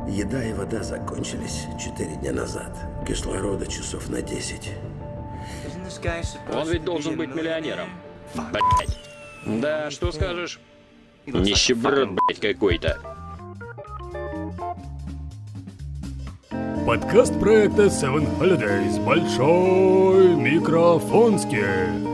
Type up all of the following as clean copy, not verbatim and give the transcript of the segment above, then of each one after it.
Еда и вода закончились 4 дня назад. Кислорода часов на 10. Он ведь должен быть миллионером. Блять. Да, что скажешь? Нищеброд, блять, какой-то. Подкаст проекта Seven Holidays. Большой микрофонский.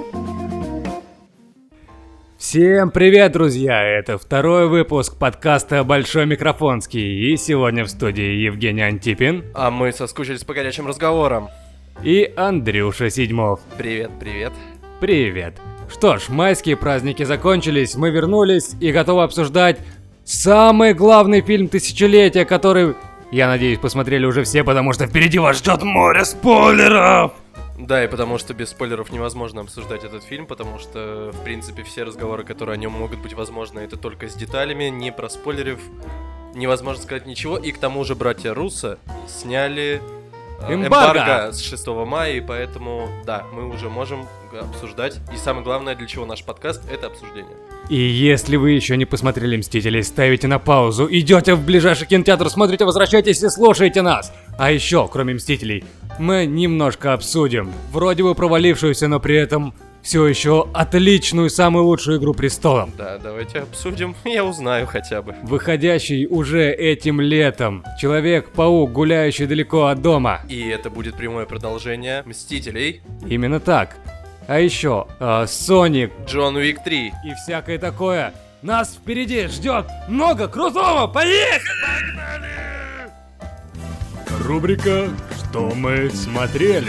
Всем привет, друзья! Это второй выпуск подкаста «Большой микрофонский». И сегодня в студии Евгений Антипин. А мы соскучились по горячим разговорам. И Андрюша Седьмов. Привет, привет. Привет. Что ж, майские праздники закончились, мы вернулись и готовы обсуждать самый главный фильм тысячелетия, который, я надеюсь, посмотрели уже все, потому что впереди вас ждет море спойлеров! Да, и потому что без спойлеров невозможно обсуждать этот фильм, потому что, в принципе, все разговоры, которые о нем могут быть возможны, это только с деталями, не про спойлеров, невозможно сказать ничего. И к тому же братья Руссо сняли эмбарго с 6 мая, и поэтому, да, мы уже можем обсуждать. И самое главное, для чего наш подкаст, это обсуждение. И если вы еще не посмотрели «Мстителей», ставите на паузу, идете в ближайший кинотеатр, смотрите, возвращайтесь и слушайте нас. А еще, кроме «Мстителей», мы немножко обсудим вроде бы провалившуюся, но при этом все еще отличную, самую лучшую «Игру престолов». Да, давайте обсудим, я узнаю хотя бы. Выходящий уже этим летом Человек-паук, гуляющий далеко от дома. И это будет прямое продолжение «Мстителей». Именно так. А еще Соник, Джон Уик 3 и всякое такое. Нас впереди ждет много крутого. Поехали! Погнали! Рубрика «Что мы смотрели?».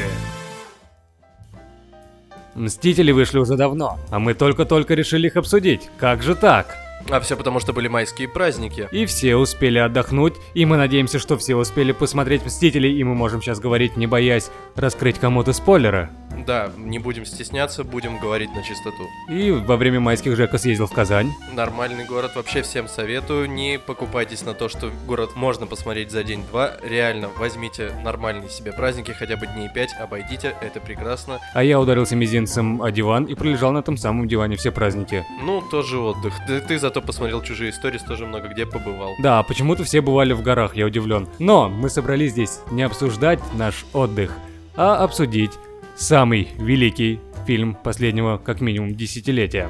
«Мстители» вышли уже давно, а мы только-только решили их обсудить. Как же так? А все потому, что были майские праздники. И все успели отдохнуть, и мы надеемся, что все успели посмотреть «Мстителей», и мы можем сейчас говорить, не боясь раскрыть кому-то спойлеры. Да, не будем стесняться, будем говорить на чистоту. И во время майских Жека съездил в Казань. Нормальный город, вообще всем советую. Не покупайтесь на то, что город можно посмотреть за день-два. Реально, возьмите нормальные себе праздники, хотя бы дней 5, обойдите, это прекрасно. А я ударился мизинцем о диван и пролежал на том самом диване все праздники. Ну, тоже отдых. Ты зато посмотрел «Чужие истории», тоже много где побывал. Да, почему-то все бывали в горах, я удивлен. Но мы собрались здесь не обсуждать наш отдых, а обсудить самый великий фильм последнего, как минимум, десятилетия.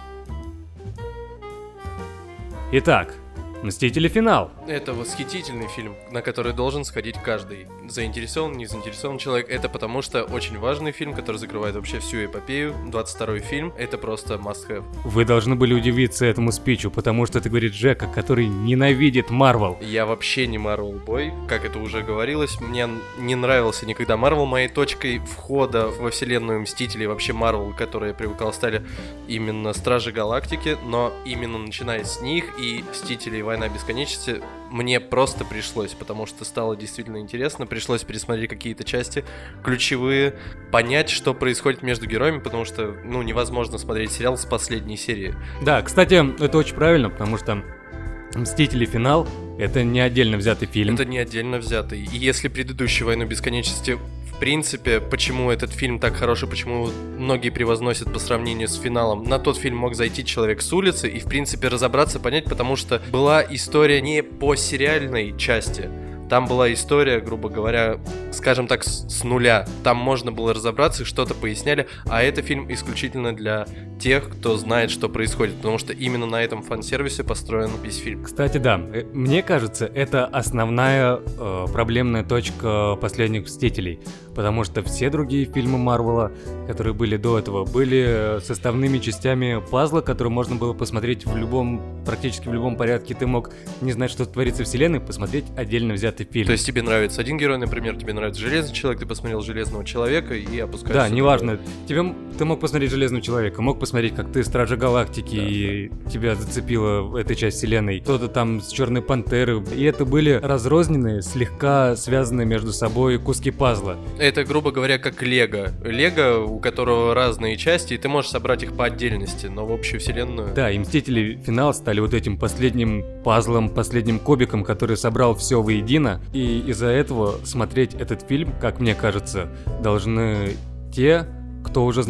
Итак, «Мстители. Финал». Это восхитительный фильм, на который должен сходить каждый. Заинтересован, не заинтересован человек. Это потому что очень важный фильм, который закрывает вообще всю эпопею. 22-й фильм. Это просто must have. Вы должны были удивиться этому спичу, потому что это говорит Жека, который ненавидит Марвел. Я вообще не Марвел-бой, как это уже говорилось. Мне не нравился никогда Марвел. Моей точкой входа во вселенную Мстителей, вообще Марвел, к которой я привыкал, стали именно Стражи Галактики. Но именно начиная с них и Мстителей Война Бесконечности мне просто пришлось, потому что стало действительно интересно, пришлось пересмотреть какие-то части ключевые, понять, что происходит между героями, потому что, невозможно смотреть сериал с последней серии. Да, кстати, это очень правильно, потому что «Мстители. Финал» — это не отдельно взятый фильм. Это не отдельно взятый. И если предыдущую «Войну Бесконечности», в принципе, почему этот фильм так хороший, почему его многие превозносят по сравнению с финалом, на тот фильм мог зайти человек с улицы и, в принципе, разобраться, понять, потому что была история не по сериальной части. Там была история, грубо говоря, скажем так, с нуля. Там можно было разобраться, что-то поясняли, а это фильм исключительно для тех, кто знает, что происходит, потому что именно на этом фан-сервисе построен весь фильм. Кстати, да, мне кажется, это основная проблемная точка последних «Мстителей», потому что все другие фильмы Марвела, которые были до этого, были составными частями пазла, которые можно было посмотреть практически в любом порядке. Ты мог не знать, что творится в вселенной, посмотреть отдельно взятый фильм. То есть тебе нравится один герой, например, тебе нравится Железный Человек, ты посмотрел Железного Человека и опускаешься. Да, неважно. Ты мог посмотреть Железного Человека, мог посмотреть, как ты Стражи Галактики, да. И тебя зацепила эта часть вселенной. Кто-то там с Черной Пантеры. И это были разрозненные, слегка связанные между собой куски пазла. Это, грубо говоря, как Лего. Лего, у которого разные части, и ты можешь собрать их по отдельности, но в общую вселенную. Да, и «Мстители. Финал» стали вот этим последним пазлом, последним кубиком, который собрал все воедино. И из-за этого смотреть этот фильм, как мне кажется, должны те, кто уже знаком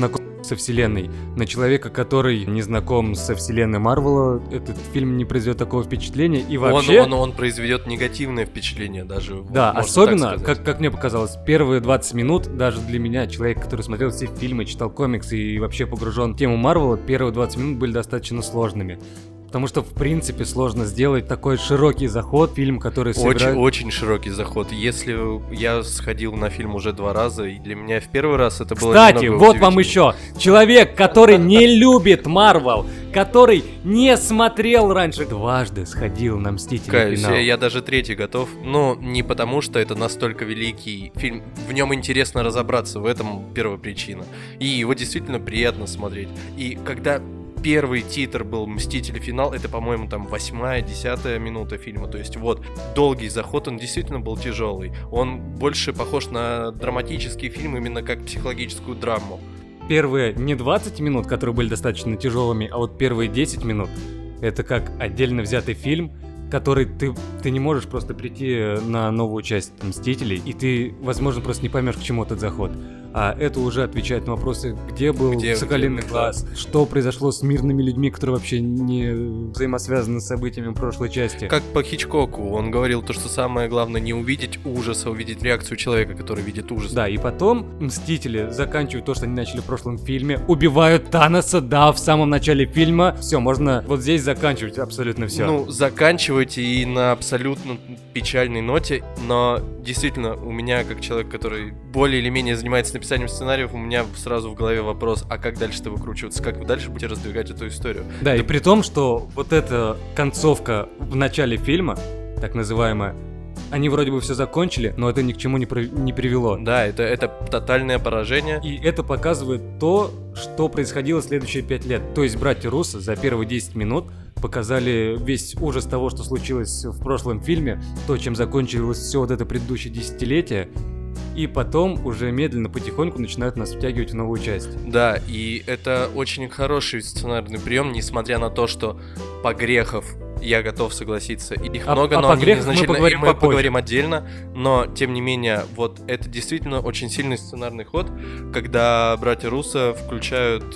со вселенной. На человека, который не знаком со вселенной Марвела, этот фильм не произведет такого впечатления. И вообще... Он произведет негативное впечатление даже. Да, особенно, как мне показалось, первые 20 минут, даже для меня, человек, который смотрел все фильмы, читал комиксы и вообще погружен в тему Марвела, первые 20 минут были достаточно сложными. Потому что, в принципе, сложно сделать такой широкий заход, фильм, который собирает... Очень широкий заход. Если я сходил на фильм уже 2 раза, и для меня в первый раз это было Кстати, немного вот вам еще человек, который не любит Марвел, который не смотрел раньше, дважды сходил на «Мстители. Финал». Я даже 3-й готов. Но не потому, что это настолько великий фильм. В нем интересно разобраться, в этом первая причина. И его действительно приятно смотреть. И когда... Первый титр был «Мстители. Финал», это, по-моему, там 8-10 минута фильма, то есть вот, долгий заход, он действительно был тяжелый, он больше похож на драматический фильм, именно как психологическую драму. Первые не 20 минут, которые были достаточно тяжелыми, а вот первые 10 минут, это как отдельно взятый фильм, который ты не можешь просто прийти на новую часть «Мстителей», и ты, возможно, просто не поймешь, к чему этот заход. А это уже отвечает на вопросы, где был Соколиный глаз, что произошло с мирными людьми, которые вообще не взаимосвязаны с событиями прошлой части. Как по Хичкоку, он говорил то, что самое главное не увидеть ужас, а увидеть реакцию человека, который видит ужас. Да, и потом Мстители заканчивают то, что они начали в прошлом фильме, убивают Таноса, да, в самом начале фильма. Все, можно вот здесь заканчивать абсолютно все. Ну, заканчивайте и на абсолютно печальной ноте, но действительно, у меня, как человек, который более или менее занимается написанием сценариев, у меня сразу в голове вопрос, а как дальше-то выкручиваться, как вы дальше будете раздвигать эту историю? Да, и при том, что вот эта концовка в начале фильма, так называемая, они вроде бы все закончили, но это ни к чему не привело. Да, это тотальное поражение. И это показывает то, что происходило следующие 5 лет. То есть братья Руссо за первые 10 минут показали весь ужас того, что случилось в прошлом фильме, то, чем закончилось все вот это предыдущее десятилетие, и потом уже медленно, потихоньку начинают нас втягивать в новую часть. Да, и это очень хороший сценарный прием, несмотря на то, что погрехов, я готов согласиться, их много, но они незначительно, мы поговорим отдельно, но, тем не менее, вот это действительно очень сильный сценарный ход, когда братья Руссо включают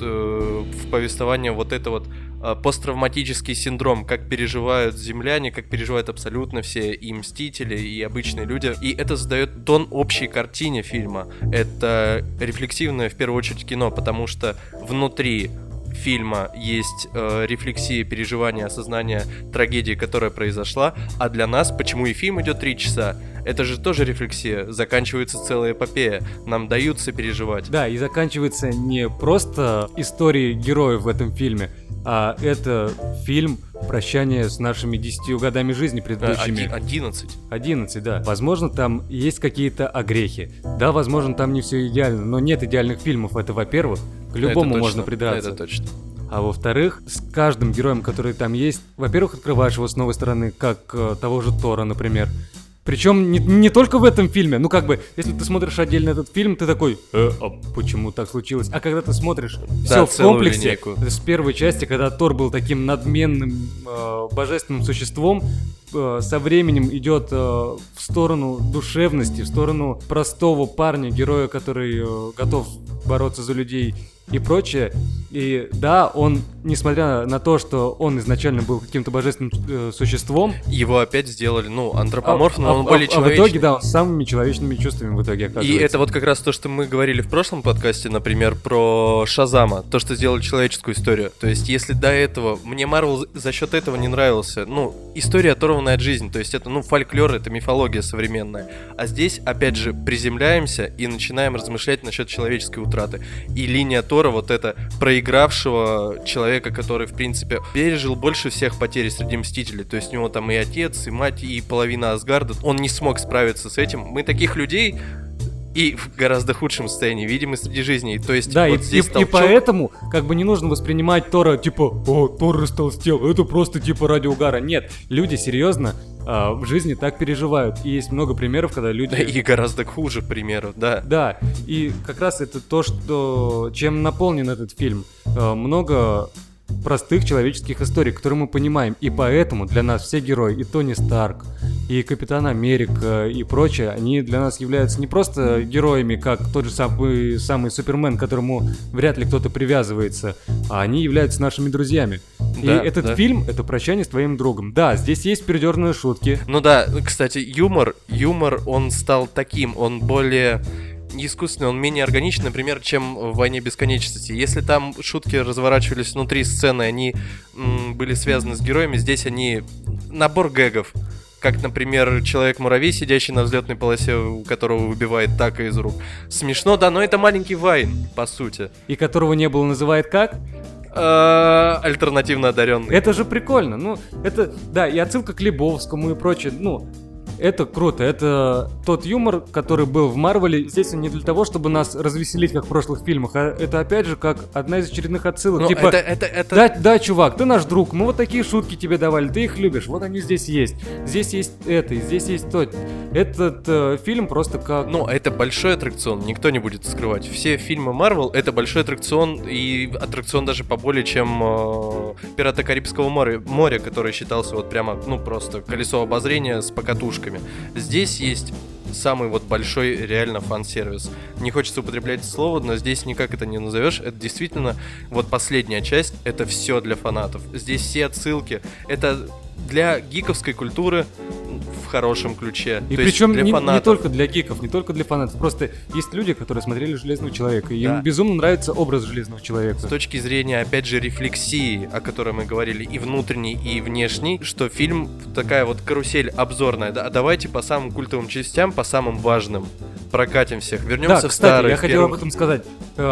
в повествование вот это вот посттравматический синдром, как переживают земляне, как переживают абсолютно все и Мстители, и обычные люди. И это задает тон общей картине фильма. Это рефлексивное, в первую очередь, кино, потому что внутри фильма есть рефлексия, переживания, осознание трагедии, которая произошла. А для нас, почему и фильм идет 3 часа, это же тоже рефлексия. Заканчивается целая эпопея. Нам дают сопереживать. Да, и заканчивается не просто историей героев в этом фильме, а это фильм «Прощание с нашими 10 годами жизни предыдущими». 11, да. Возможно, там есть какие-то огрехи. Да, возможно, там не все идеально, но нет идеальных фильмов. Это, во-первых, к любому можно придраться. Это точно. А во-вторых, с каждым героем, который там есть, во-первых, открываешь его с новой стороны, как того же Тора, например. Причем не только в этом фильме, ну как бы, если ты смотришь отдельно этот фильм, ты такой, а почему так случилось? А когда ты смотришь все в комплексе, с первой части, когда Тор был таким надменным, божественным существом, со временем идет в сторону душевности, в сторону простого парня, героя, который готов бороться за людей и прочее. И да, он, несмотря на то, что он изначально был каким-то божественным существом, его опять сделали, антропоморфным, он более человечный. А в итоге, да, он с самыми человечными чувствами в итоге оказывается. И это вот как раз то, что мы говорили в прошлом подкасте, например, про Шазама, то, что сделали человеческую историю. То есть, если до этого, мне Марвел за счет этого не нравился, история, оторванная от жизни, то есть это, фольклор, это мифология современная. А здесь, опять же, приземляемся и начинаем размышлять насчет человеческой утраты. И линия Тора, вот это проигравшего человека, который, в принципе, пережил больше всех потерь среди Мстителей. То есть у него там и отец, и мать, и половина Асгарда. Он не смог справиться с этим. Мы таких людей и в гораздо худшем состоянии видим и среди жизни. То есть да, вот здесь и поэтому как бы не нужно воспринимать Тора Тор растолстел, это просто ради угара. Нет, люди серьезно в жизни так переживают. И есть много примеров, когда люди... И гораздо хуже примеров, да. Да, и как раз это то, чем наполнен этот фильм. Много простых человеческих историй, которые мы понимаем. И поэтому для нас все герои, и Тони Старк, и Капитан Америка и прочее, они для нас являются не просто героями, как тот же самый Супермен, к которому вряд ли кто-то привязывается, а они являются нашими друзьями. И этот фильм — это прощание с твоим другом. Да, здесь есть передерные шутки. Ну да, кстати, юмор, он стал таким, он более искусственный, он менее органичный, например, чем в «Войне бесконечности». Если там шутки разворачивались внутри сцены, они были связаны с героями, здесь они набор гэгов. Как, например, Человек-муравей, сидящий на взлетной полосе, у которого выбивает Така из рук. Смешно, да, но это маленький Вайн, по сути. И которого не было называет как? Альтернативно одаренный. Это же прикольно. Ну, это, да, и отсылка к Лебовскому и прочее. Ну, это круто. Это тот юмор, который был в Марвеле. Здесь он не для того, чтобы нас развеселить, как в прошлых фильмах, а это, опять же, как одна из очередных отсылок. Ну, типа, это... Да, чувак, ты наш друг, мы вот такие шутки тебе давали, ты их любишь, вот они здесь есть. Здесь есть это, и здесь есть то. Этот фильм просто как... Ну, это большой аттракцион, никто не будет скрывать. Все фильмы Марвел — это большой аттракцион, и аттракцион даже поболее, чем «Пираты Карибского моря», который считался вот прямо, ну, просто колесо обозрения с покатушками. Здесь есть самый вот большой реально фан-сервис. Не хочется употреблять слово, но здесь никак это не назовешь. Это действительно вот последняя часть, это все для фанатов. Здесь все отсылки. Это для гиковской культуры в хорошем ключе. И то причем есть для не только для гиков, не только для фанатов. Просто есть люди, которые смотрели «Железного человека», и Да. им безумно нравится образ Железного человека. С точки зрения, опять же, рефлексии, о которой мы говорили, и внутренней, и внешней, что фильм такая вот карусель обзорная. Да? Давайте по самым культовым частям, по самым важным прокатим всех. Вернемся Да, в кстати, старые. я хотел об этом сказать.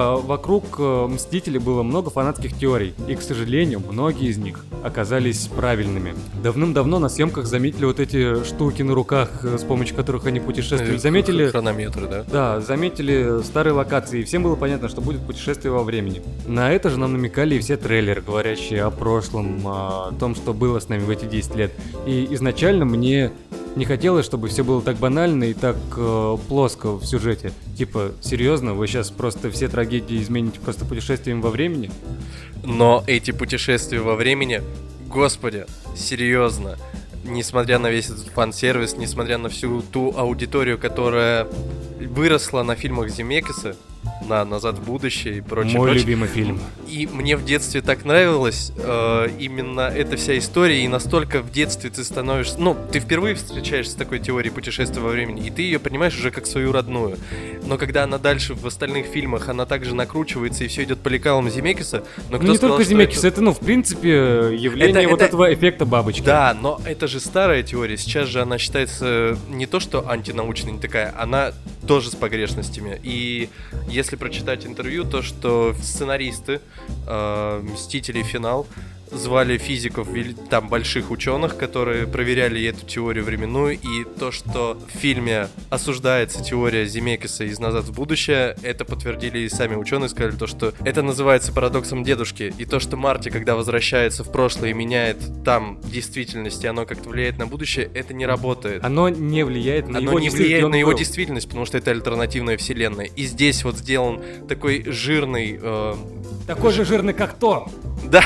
Вокруг «Мстителей» было много фанатских теорий, и, к сожалению, многие из них оказались правильными. Давным-давно на съемках заметили вот эти штуки на руках, с помощью которых они путешествуют. Заметили... Хронометры, да? Да, заметили старые локации, и всем было понятно, что будет путешествие во времени. На это же нам намекали и все трейлеры, говорящие о прошлом, о том, что было с нами в эти 10 лет. И изначально мне не хотелось, чтобы все было так банально и так плоско в сюжете. Типа, серьезно, вы сейчас просто все трагедии измените просто путешествием во времени? Но эти путешествия во времени, господи, серьезно, несмотря на весь этот фан-сервис, несмотря на всю ту аудиторию, которая выросла на фильмах Земекиса, на «Назад в будущее» и прочее. Мой любимый фильм. И мне в детстве так нравилась именно эта вся история, и настолько в детстве ты становишься... Ну, ты впервые встречаешься с такой теорией путешествия во времени, и ты ее принимаешь уже как свою родную. Но когда она дальше в остальных фильмах, она также накручивается, и все идет по лекалам Земекиса, но кто Ну, не сказал, только что Земекис, это, ну, в принципе, явление вот этого эффекта бабочки. Да, но это же старая теория. Сейчас же она считается не то, что антинаучной, не такая, она тоже с погрешностями. И если прочитать интервью, то что сценаристы «Мстителей. Финал» звали физиков, там больших ученых, которые проверяли эту теорию временную, и то, что в фильме осуждается теория Земекиса из «Назад в будущее», это подтвердили и сами ученые, сказали то, что это называется парадоксом дедушки, и то, что Марти, когда возвращается в прошлое и меняет там действительность, и оно как-то влияет на будущее, это не работает. Оно не влияет на его действительность. Оно не влияет на его действительность, потому что это альтернативная вселенная. И здесь вот сделан такой жирный... Такой же жирный, как Тор. Да,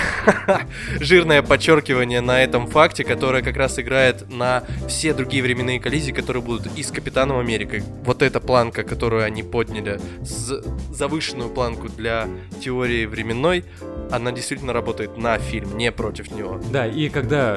жирное подчеркивание на этом факте, которое как раз играет на все другие временные коллизии, которые будут и с Капитаном Америкой. Вот эта планка, которую они подняли, завышенную планку для теории временной, она действительно работает на фильм, не против него. Да, и когда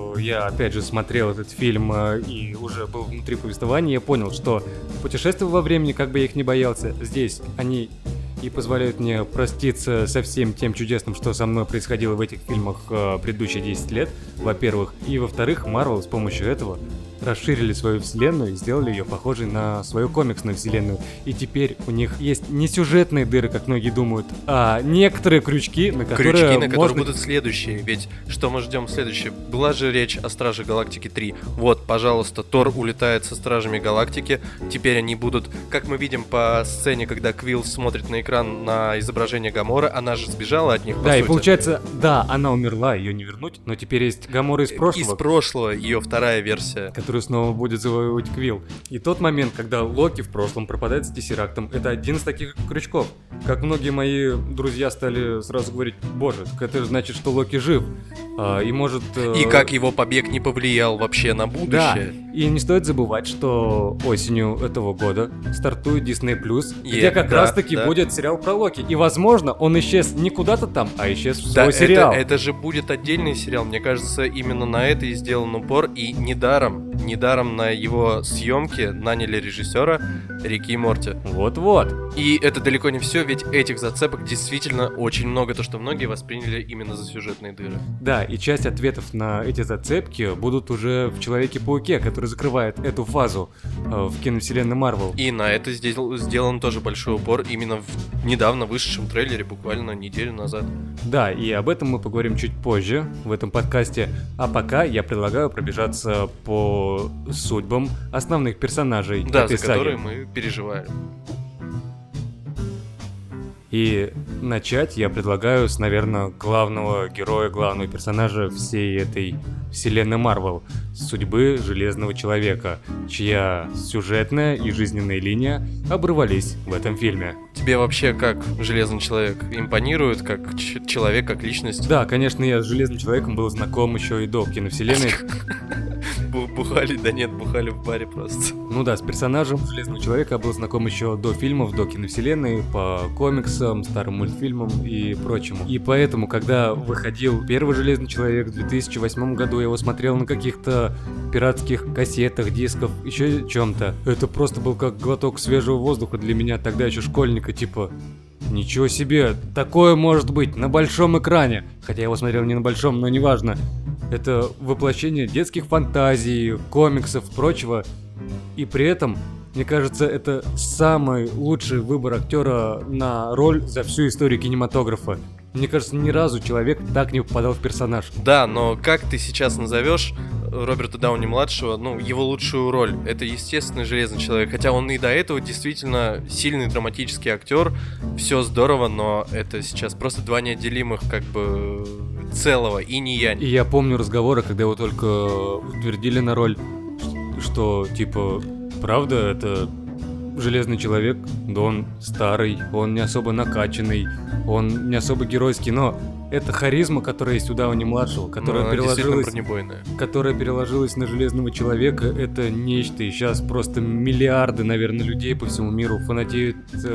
я опять же смотрел этот фильм и уже был внутри повествования, я понял, что путешествия во времени, как бы я их не боялся, здесь они и позволяют мне проститься со всем тем чудесным, что со мной происходило в этих фильмах предыдущие 10 лет, во-первых. И во-вторых, Marvel с помощью этого расширили свою вселенную и сделали ее похожей на свою комиксную вселенную. И теперь у них есть не сюжетные дыры, как многие думают, а некоторые крючки, на которые будут следующие. Ведь что мы ждем следующее? Была же речь о Страже Галактики 3. Вот, пожалуйста, Тор улетает со Стражами Галактики. Теперь они будут, как мы видим по сцене, когда Квилл смотрит на экран на изображение Гаморы, она же сбежала от них, по сути. сути. И получается, да, она умерла, ее не вернуть, но теперь есть Гамора из прошлого. Из прошлого, ее вторая версия. Которую снова будет завоевывать Квилл. И тот момент, когда Локи в прошлом пропадает с Тессерактом, это один из таких крючков. Как многие мои друзья стали сразу говорить: боже, так это же значит, что Локи жив. И может... И как его побег не повлиял вообще на будущее. Да. И не стоит забывать, что осенью этого года стартует Disney+, где как раз-таки будет сериал про Локи. И, возможно, он исчез не куда-то там, а исчез в свой сериал. Это же будет отдельный сериал. Мне кажется, именно на это и сделан упор. И недаром на его съемки наняли режиссера Рика и Морти. Вот-вот. И это далеко не все, ведь этих зацепок действительно очень много, то, что многие восприняли именно за сюжетные дыры. Да, и часть ответов на эти зацепки будут уже в Человеке-пауке, который закрывает эту фазу в киновселенной Марвел. И на это здесь сделан тоже большой упор именно в недавно вышедшем трейлере, буквально неделю назад. Да, и об этом мы поговорим чуть позже в этом подкасте. А пока я предлагаю пробежаться по судьбам основных персонажей этой за саги. которые мы переживаем. И начать я предлагаю с, наверное, главного героя, главного персонажа всей этой вселенной Марвел, судьбы Железного Человека, чья сюжетная и жизненная линия оборвались в этом фильме. Тебе вообще как Железный Человек импонирует, как человек, как личность? Да, конечно, я с Железным Человеком был знаком еще и до киновселенной. Бухали, да нет, бухали в баре просто. Ну да, с персонажем Железного Человека я был знаком еще до фильмов, до киновселенной, по комиксам, старым мультфильмам и прочему. И поэтому, когда выходил первый Железный Человек в 2008 году, я его смотрел на каких-то пиратских кассетах, дисках, еще чем-то. Это просто был как глоток свежего воздуха для меня, тогда еще школьника, типа... Ничего себе, такое может быть на большом экране. Хотя я его смотрел не на большом, но неважно. Это воплощение детских фантазий, комиксов, прочего. И при этом, мне кажется, это самый лучший выбор актера на роль за всю историю кинематографа. Мне кажется, ни разу человек так не попадал в персонаж. Да, но как ты сейчас назовешь Роберта Дауни-младшего, его лучшую роль? Это, естественно, Железный Человек. Хотя он и до этого действительно сильный драматический актер. Все здорово, но это сейчас просто два неотделимых целого, инь и янь. И я помню разговоры, когда его только утвердили на роль, что типа, правда, это Железный Человек, да он старый, он не особо накачанный, он не особо геройский, но это харизма, которая есть у Дауни-младшего, которая переложилась на Железного Человека, это нечто. И сейчас просто миллиарды, наверное, людей по всему миру фанатеют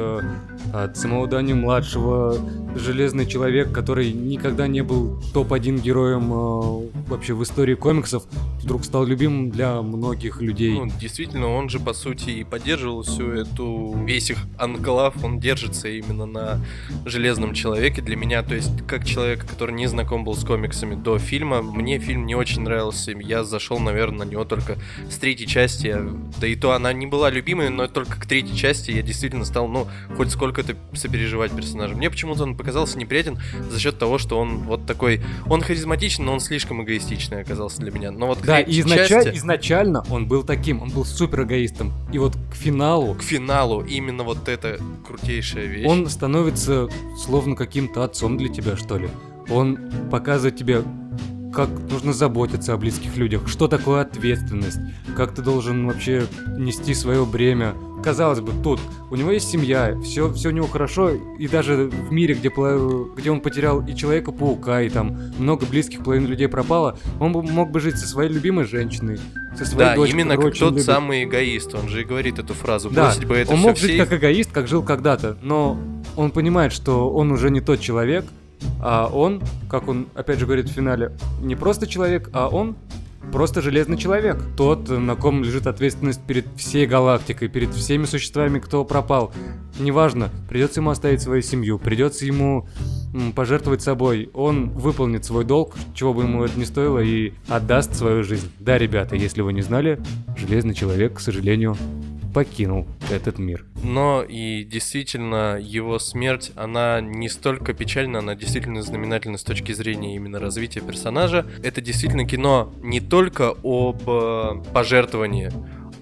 от самого Дауни-младшего. Железный Человек, который никогда не был топ-1 героем вообще в истории комиксов, вдруг стал любимым для многих людей. Действительно, он же, по сути, и поддерживал весь их анклав, он держится именно на Железном Человеке. Для меня, то есть, как человек, который не знаком был с комиксами до фильма, мне фильм не очень нравился. Я зашел, наверное, на него только с третьей части. Да и то она не была любимой, но только к третьей части я действительно стал, хоть сколько-то сопереживать персонажа. Мне почему-то он показался неприятен за счет того, что он вот такой... Он харизматичный, но он слишком эгоистичный оказался для меня. Но вот да, и изначально он был таким, он был супер эгоистом. И вот к финалу именно вот это крутейшая вещь. Он становится словно каким-то отцом для тебя, что ли. Он показывает тебе, как нужно заботиться о близких людях, что такое ответственность, как ты должен вообще нести свое бремя. Казалось бы, тут у него есть семья, все у него хорошо, и даже в мире, где он потерял и Человека-паука, и там много близких, половина людей пропало, он мог бы жить со своей любимой женщиной, со своей дочкой. Да, именно как тот самый эгоист, он же и говорит эту фразу. Да, он мог жить как эгоист, как жил когда-то, но он понимает, что он уже не тот человек, а он, как он опять же говорит в финале, не просто человек, а он просто Железный Человек. Тот, на ком лежит ответственность перед всей галактикой, перед всеми существами, кто пропал. Неважно, придется ему оставить свою семью, придется ему пожертвовать собой. Он выполнит свой долг, чего бы ему это ни стоило, и отдаст свою жизнь. Да, ребята, если вы не знали, Железный Человек, к сожалению, покинул этот мир. Но и действительно его смерть, она не столько печальна, она действительно знаменательна с точки зрения именно развития персонажа. Это действительно кино не только об пожертвовании,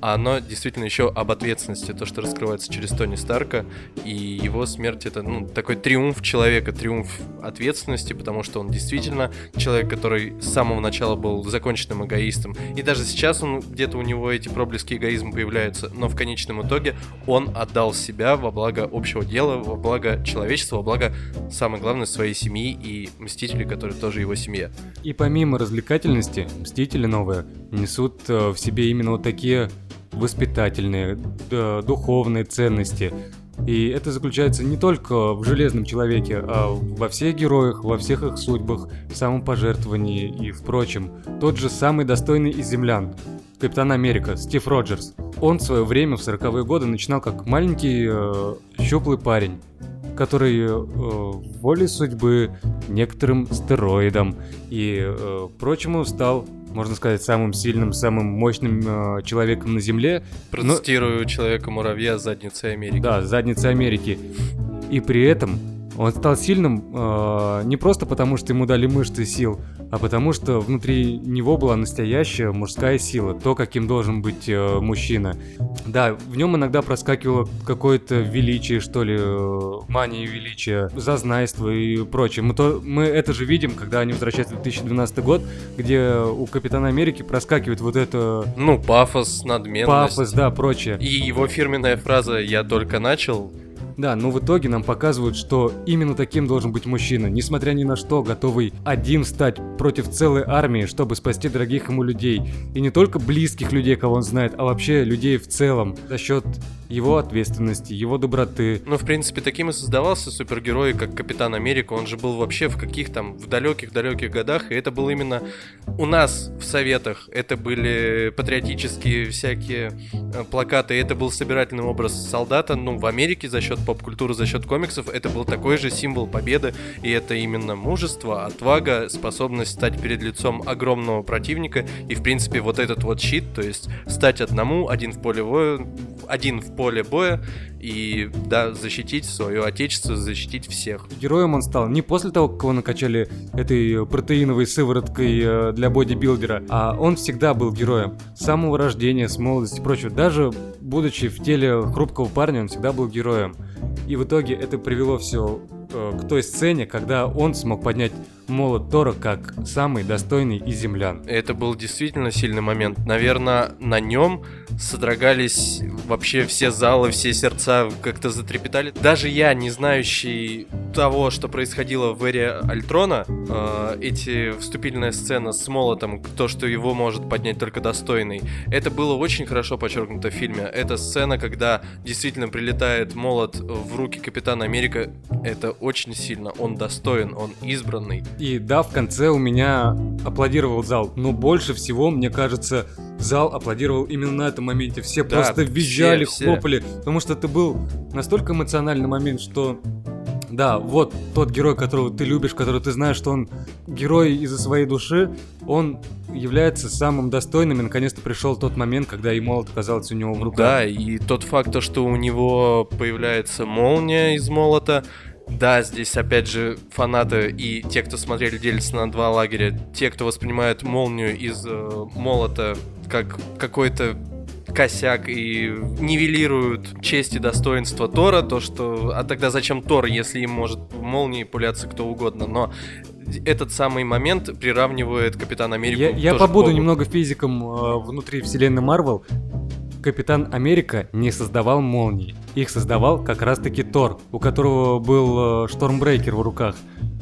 а оно действительно еще об ответственности, то, что раскрывается через Тони Старка, и его смерть — это, такой триумф человека, триумф ответственности, потому что он действительно человек, который с самого начала был законченным эгоистом, и даже сейчас где-то у него эти проблески эгоизма появляются, но в конечном итоге он отдал себя во благо общего дела, во благо человечества, во благо, самое главное, своей семьи и Мстителей, которые тоже его семья. И помимо развлекательности, Мстители новые несут в себе именно вот такие воспитательные, духовные ценности. И это заключается не только в Железном Человеке, а во всех героях, во всех их судьбах, самопожертвовании и в прочем. Тот же самый достойный из землян, Капитан Америка, Стив Роджерс. Он в свое время, в 40-е годы, начинал как маленький щуплый парень, который волей судьбы, некоторым стероидам и прочему стал, можно сказать, самым сильным, самым мощным человеком на Земле. Процитирую Человека-муравья с задницей Америки. Да, с задницей Америки. И при этом он стал сильным не просто потому, что ему дали мышцы сил, а потому что внутри него была настоящая мужская сила, то, каким должен быть мужчина. Да, в нем иногда проскакивало какое-то величие, что ли, мания величия, зазнайство и прочее. Мы это же видим, когда они возвращаются в 2012 год, где у Капитана Америки проскакивает вот это... пафос, надменность. Пафос, да, прочее. И его фирменная фраза «я только начал». Да, но в итоге нам показывают, что именно таким должен быть мужчина, несмотря ни на что, готовый один встать против целой армии, чтобы спасти дорогих ему людей. И не только близких людей, кого он знает, а вообще людей в целом, за счет его ответственности, его доброты. В принципе, таким и создавался супергерой, как Капитан Америка. Он же был вообще в далеких-далеких годах, и это был именно у нас в Советах. Это были патриотические всякие плакаты, это был собирательный образ солдата. В Америке за счет поп-культуры, за счет комиксов, это был такой же символ победы, и это именно мужество, отвага, способность стать перед лицом огромного противника, и, в принципе, вот этот вот щит, то есть стать один в поле боя, и, да, защитить свое отечество, защитить всех. Героем он стал не после того, как его накачали этой протеиновой сывороткой для бодибилдера, а он всегда был героем. С самого рождения, с молодости и прочего. Даже будучи в теле хрупкого парня, он всегда был героем. И в итоге это привело все к той сцене, когда он смог поднять молот Тора как самый достойный из землян. Это был действительно сильный момент. Наверное, на нем содрогались вообще все залы, все сердца как-то затрепетали. Даже я, не знающий того, что происходило в эре Альтрона, эти вступительная сцена с молотом, то, что его может поднять только достойный, это было очень хорошо подчеркнуто в фильме. Эта сцена, когда действительно прилетает молот в руки Капитана Америка, это очень сильно. Он достоин, он избранный. И да, в конце у меня аплодировал зал, но больше всего, мне кажется, зал аплодировал именно на этом моменте. Все просто визжали, хлопали, потому что это был настолько эмоциональный момент, что да, вот тот герой, которого ты любишь, который ты знаешь, что он герой из-за своей души, он является самым достойным, и наконец-то пришел тот момент, когда и молот оказался у него в руках. Да, и тот факт, что у него появляется молния из молота. Да, здесь опять же фанаты и те, кто смотрели, делятся на два лагеря. Те, кто воспринимает молнию из молота как какой-то косяк и нивелируют честь и достоинство Тора, то что... А тогда зачем Тор, если им может в молнии пуляться кто угодно? Но этот самый момент приравнивает Капитана Америку. Я побуду немного физиком внутри вселенной Марвел. Капитан Америка не создавал молнии. Их создавал как раз-таки Тор, у которого был Штормбрейкер в руках.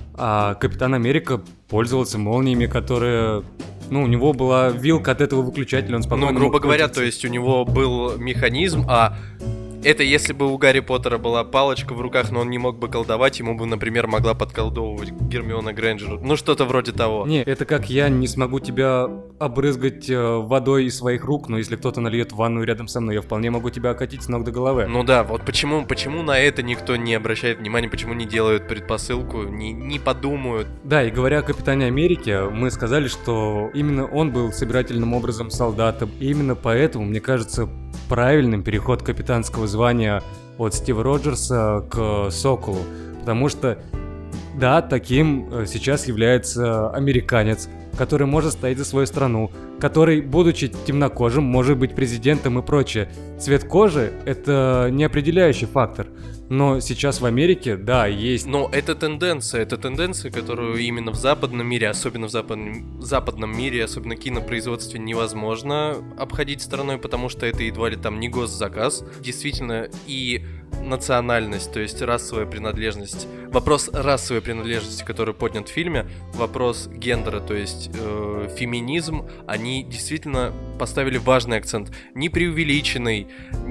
А Капитан Америка пользовался молниями, которые... у него была вилка от этого выключателя, он спокойно грубо говоря, то есть у него был механизм, а это если бы у Гарри Поттера была палочка в руках, но он не мог бы колдовать, ему бы, например, могла подколдовывать Гермиона Грейнджер. Что-то вроде того. Не, это как я не смогу тебя обрызгать водой из своих рук, но если кто-то нальет в ванную рядом со мной, я вполне могу тебя окатить с ног до головы. Да, вот почему на это никто не обращает внимания, почему не делают предпосылку, не подумают. Да, и говоря о Капитане Америке, мы сказали, что именно он был собирательным образом солдатом, и именно поэтому, мне кажется, правильным переход капитанского звания от Стива Роджерса к Соколу, потому что, да, таким сейчас является американец, который может стоять за свою страну, который, будучи темнокожим, может быть президентом и прочее. Цвет кожи — это не определяющий фактор. Но сейчас в Америке, да, есть... Но это тенденция, которую именно в западном мире, особенно в западном мире, особенно кинопроизводстве, невозможно обходить стороной, потому что это едва ли там не госзаказ. Действительно, и национальность, то есть расовая принадлежность, вопрос расовой принадлежности, который поднят в фильме, вопрос гендера, то есть феминизм, они действительно поставили важный акцент. Не преувеличенный,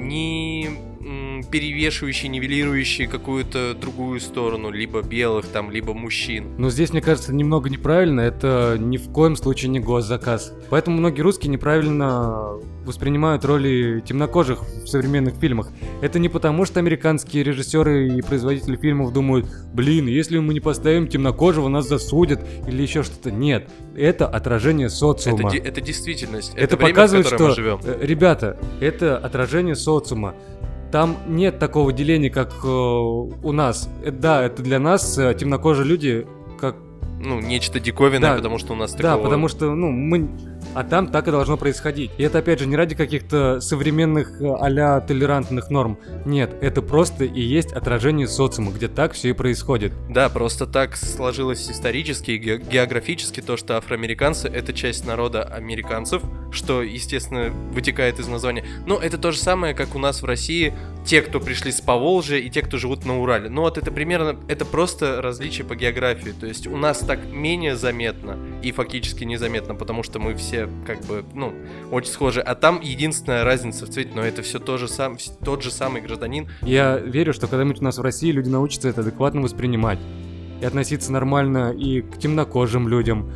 не перевешивающий, нивелирующий какую-то другую сторону, либо белых там, либо мужчин. Но здесь, мне кажется, немного неправильно, это ни в коем случае не госзаказ. Поэтому многие русские неправильно воспринимают роли темнокожих в современных фильмах. Это не потому, что американские режиссеры и производители фильмов думают: блин, если мы не поставим темнокожего, нас засудят или еще что-то. Нет, это отражение социума. Это действительность. Это время, показывает, в котором что, мы живем. Ребята, это отражение социума. Там нет такого деления, как у нас. Да, это для нас темнокожие люди как... Ну, нечто диковинное, да, потому что у нас такого... Да, потому что, мы... А там так и должно происходить. И это, опять же, не ради каких-то современных а-ля толерантных норм. Нет, это просто и есть отражение социума, где так все и происходит. Да, просто так сложилось исторически и географически то, что афроамериканцы — это часть народа американцев, что, естественно, вытекает из названия. Но это то же самое, как у нас в России те, кто пришли с Поволжья, и те, кто живут на Урале. Ну вот это примерно, это просто различие по географии. То есть у нас так менее заметно и фактически незаметно, потому что мы все как бы, очень схожи. А там единственная разница в цвете, но это все тот же самый гражданин. Я верю, что когда-нибудь у нас в России люди научатся это адекватно воспринимать и относиться нормально и к темнокожим людям,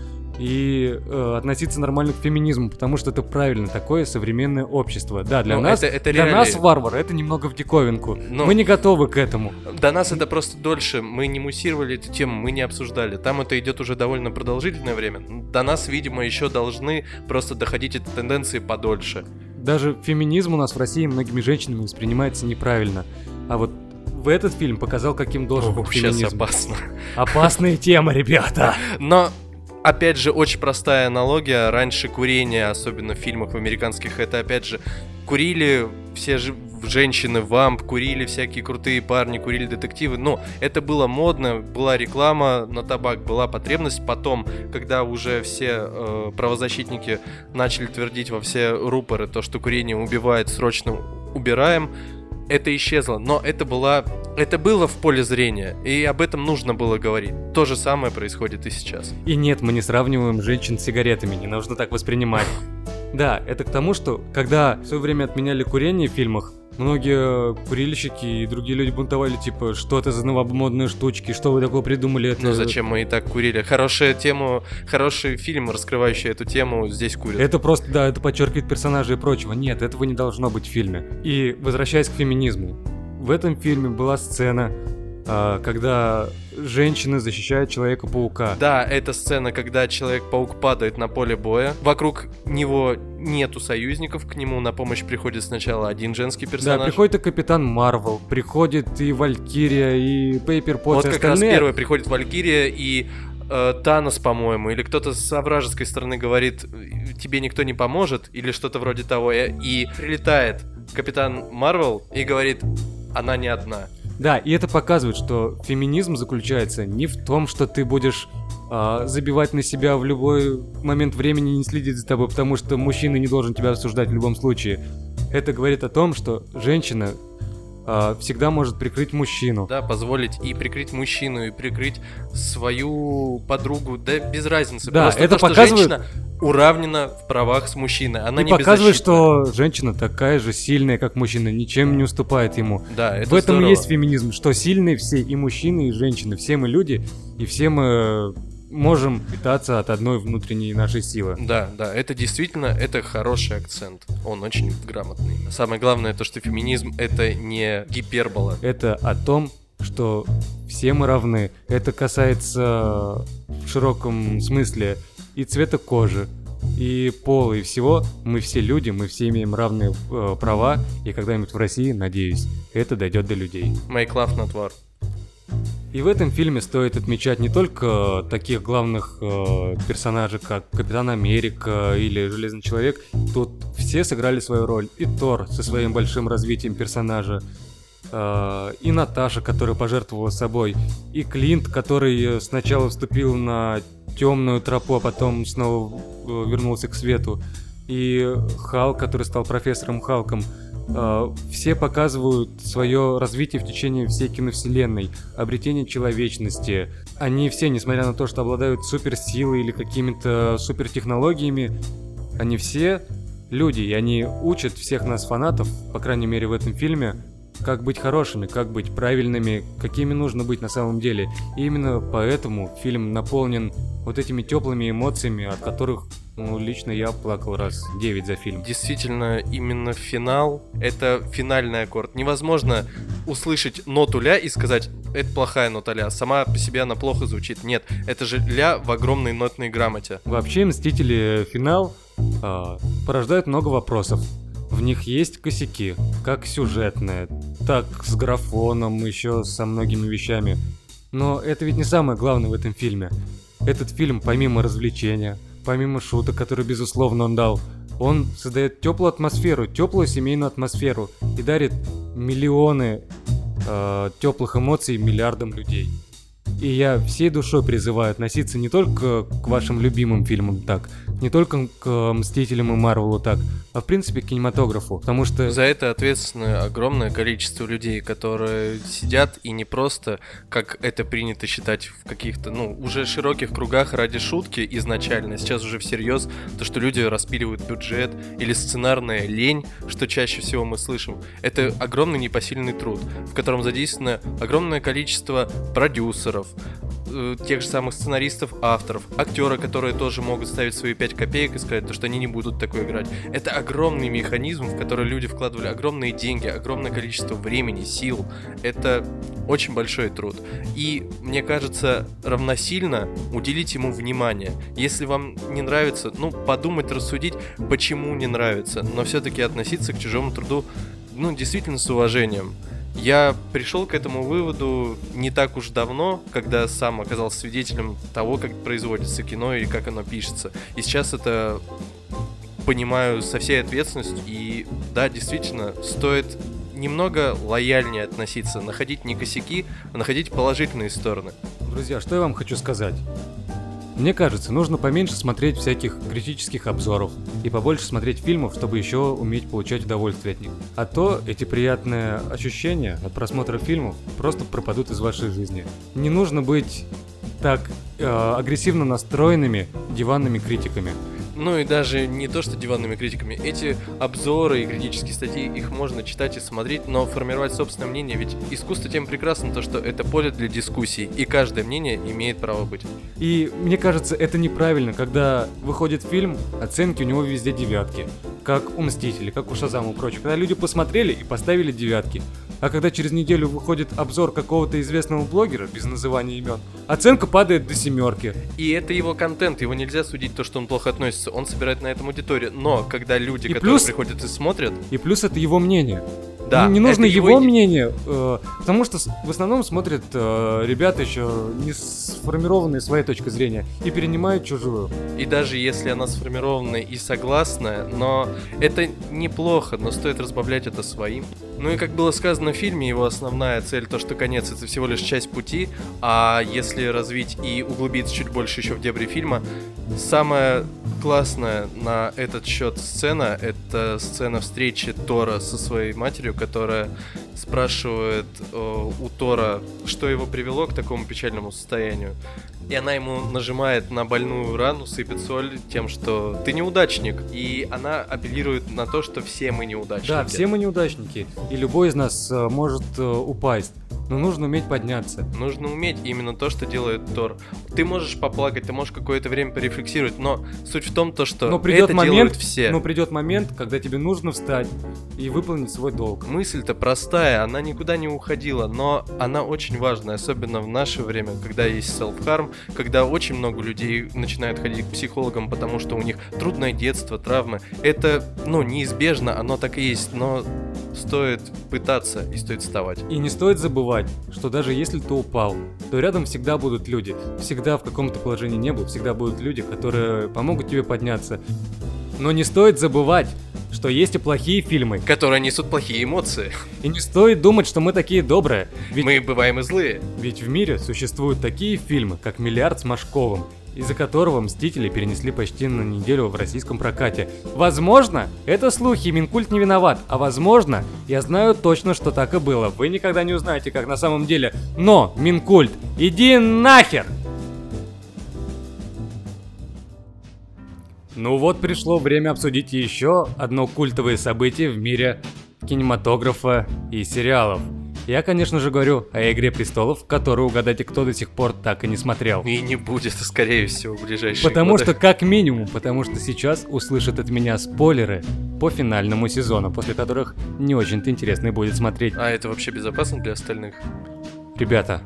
и относиться нормально к феминизму, потому что это правильно, такое современное общество. Да, для нас варвар, это немного в диковинку. Мы не готовы к этому. До нас это просто дольше. Мы не муссировали эту тему, мы не обсуждали. Там это идет уже довольно продолжительное время. До нас, видимо, еще должны просто доходить эти тенденции подольше. Даже феминизм у нас в России многими женщинами воспринимается неправильно. А вот в этот фильм показал, каким должен быть феминизм. Сейчас опасно. Опасная тема, ребята. Но... Опять же, очень простая аналогия. Раньше курение, особенно в фильмах американских, это, опять же, курили все женщины, вамп, курили всякие крутые парни, курили детективы. Но это было модно, была реклама на табак, была потребность. Потом, когда уже все правозащитники начали твердить во все рупоры то, что курение убивает, срочно убираем, это исчезло, но это было в поле зрения, и об этом нужно было говорить. То же самое происходит и сейчас. И нет, мы не сравниваем женщин с сигаретами, не нужно так воспринимать. Да, это к тому, что когда в свое время отменяли курение в фильмах, многие курильщики и другие люди бунтовали, типа, что это за новомодные штучки, что вы такое придумали? Это... Ну зачем мы и так курили? Хороший фильм, раскрывающий эту тему, здесь курят. Это просто, да, это подчеркивает персонажей и прочего. Нет, этого не должно быть в фильме. И возвращаясь к феминизму, в этом фильме была сцена, когда женщины защищают Человека-паука. Да, это сцена, когда Человек-паук падает на поле боя. Вокруг него нету союзников, к нему на помощь приходит сначала один женский персонаж. Да, приходит и Капитан Марвел, приходит и Валькирия, и Пейпер Потс, вот как раз первая приходит Валькирия и Танос, по-моему, или кто-то с вражеской стороны говорит: тебе никто не поможет, или что-то вроде того, и прилетает Капитан Марвел и говорит: она не одна. Да, и это показывает, что феминизм заключается не в том, что ты будешь забивать на себя в любой момент времени и не следить за тобой, потому что мужчина не должен тебя осуждать в любом случае. Это говорит о том, что женщина всегда может прикрыть мужчину. Да, позволить и прикрыть мужчину, и прикрыть свою подругу, да без разницы. Да, просто это то, показывает... что женщина уравнена в правах с мужчиной. Она и не показывает, беззащитна. что женщина такая же сильная, как мужчина, ничем не уступает ему. Да, это в этом здорово. И есть феминизм, что сильные все, и мужчины, и женщины, все мы люди, и все мы можем питаться от одной внутренней нашей силы. Да, это действительно, это хороший акцент. Он очень грамотный. Самое главное, то, что феминизм — это не гипербола. Это о том, что все мы равны. Это касается в широком смысле и цвета кожи, и пола, и всего. Мы все люди, мы все имеем равные права, и когда-нибудь в России, надеюсь, это дойдет до людей. Make love, not war. И в этом фильме стоит отмечать не только таких главных персонажей, как Капитан Америка или Железный Человек. Тут все сыграли свою роль. И Тор со своим большим развитием персонажа, и Наташа, которая пожертвовала собой, и Клинт, который сначала вступил на темную тропу, а потом снова вернулся к свету, и Халк, который стал профессором Халком. Все показывают свое развитие в течение всей киновселенной, обретение человечности. Они все, несмотря на то, что обладают суперсилой или какими-то супертехнологиями, они все люди, и они учат всех нас, фанатов, по крайней мере в этом фильме, как быть хорошими, как быть правильными, какими нужно быть на самом деле. И именно поэтому фильм наполнен вот этими теплыми эмоциями, от которых, лично я плакал раз 9 за фильм. Действительно, именно финал — это финальный аккорд. Невозможно услышать ноту ля и сказать: это плохая нота ля, сама по себе она плохо звучит. Нет, это же ля в огромной нотной грамоте. Вообще, «Мстители. Финал» порождают много вопросов. В них есть косяки, как сюжетные, так с графоном, еще со многими вещами. Но это ведь не самое главное в этом фильме. Этот фильм, помимо развлечения, помимо шуток, которые, безусловно, он дал, он создает теплую атмосферу, теплую семейную атмосферу и дарит миллионы теплых эмоций миллиардам людей. И я всей душой призываю относиться не только к вашим любимым фильмам так, не только к «Мстителям» и «Марвелу» так, а в принципе к кинематографу, потому что... За это ответственно огромное количество людей, которые сидят и не просто, как это принято считать в каких-то, уже широких кругах ради шутки изначально, сейчас уже всерьез, то, что люди распиливают бюджет или сценарная лень, что чаще всего мы слышим, это огромный непосильный труд, в котором задействовано огромное количество продюсеров, тех же самых сценаристов, авторов, актеры, которые тоже могут ставить свои 5 копеек и сказать, что они не будут такое играть. Это огромный механизм, в который люди вкладывали огромные деньги, огромное количество времени, сил. Это очень большой труд. И, мне кажется, равносильно уделить ему внимание. Если вам не нравится, подумать, рассудить, почему не нравится, но все-таки относиться к чужому труду, действительно с уважением. Я пришел к этому выводу не так уж давно, когда сам оказался свидетелем того, как производится кино и как оно пишется. И сейчас это понимаю со всей ответственностью. И да, действительно, стоит немного лояльнее относиться, находить не косяки, а находить положительные стороны. Друзья, что я вам хочу сказать? Мне кажется, нужно поменьше смотреть всяких критических обзоров и побольше смотреть фильмов, чтобы еще уметь получать удовольствие от них. А то эти приятные ощущения от просмотра фильмов просто пропадут из вашей жизни. Не нужно быть так агрессивно настроенными диванными критиками. И даже не то, что диванными критиками. Эти обзоры и критические статьи, их можно читать и смотреть, но формировать собственное мнение, ведь искусство тем прекрасно, то, что это поле для дискуссий, и каждое мнение имеет право быть. И мне кажется, это неправильно, когда выходит фильм, оценки у него везде 9, как у «Мстителей», как у «Шазама» и прочих. Когда люди посмотрели и поставили 9. А когда через неделю выходит обзор какого-то известного блогера, без называния имен, оценка падает до 7. И это его контент, его нельзя судить то, что он плохо относится, он собирает на этом аудиторию. Но когда люди, которые приходят и смотрят... И плюс это его мнение. Да, не нужно его мнение, потому что в основном смотрят ребята еще не сформированные своей точкой зрения и перенимают чужую. И даже если она сформированная и согласная, но это неплохо, но стоит разбавлять это своим. И как было сказано в фильме, его основная цель, то что конец — это всего лишь часть пути, а если развить и углубиться чуть больше еще в дебри фильма, самая классная на этот счет сцена — это сцена встречи Тора со своей матерью, которая спрашивает у Тора, что его привело к такому печальному состоянию. И она ему нажимает на больную рану, сыпет соль тем, что ты неудачник. И она апеллирует на то, что все мы неудачники. Да, все мы неудачники. И любой из нас может упасть. Но нужно уметь подняться. Нужно уметь именно то, что делает Тор. Ты можешь поплакать, ты можешь какое-то время порефлексировать, но суть в том, что это делают все. Но придет момент, когда тебе нужно встать и выполнить свой долг. Мысль-то простая, она никуда не уходила, но она очень важная, особенно в наше время, когда есть self-harm, когда очень много людей начинают ходить к психологам, потому что у них трудное детство, травмы. Это, неизбежно, оно так и есть, но стоит пытаться и стоит вставать. И не стоит забывать, забывать, что даже если ты упал, то рядом всегда будут люди. Всегда в каком-то положении не был, всегда будут люди, которые помогут тебе подняться. Но не стоит забывать, что есть и плохие фильмы, которые несут плохие эмоции. И не стоит думать, что мы такие добрые. Ведь мы бываем и злые. Ведь в мире существуют такие фильмы, как «Миллиард с Машковым», из-за которого «Мстители» перенесли почти на неделю в российском прокате. Возможно, это слухи, Минкульт не виноват, а возможно, я знаю точно, что так и было. Вы никогда не узнаете, как на самом деле. Но, Минкульт, иди нахер! Ну вот, пришло время обсудить еще одно культовое событие в мире кинематографа и сериалов. Я, конечно же, говорю о «Игре престолов», которую, угадайте, кто до сих пор так и не смотрел. И не будет, скорее всего, в ближайшие Потому годы. что, как минимум, потому что сейчас услышат от меня спойлеры по финальному сезону, после которых не очень-то интересно и будет смотреть. А это вообще безопасно для остальных? Ребята,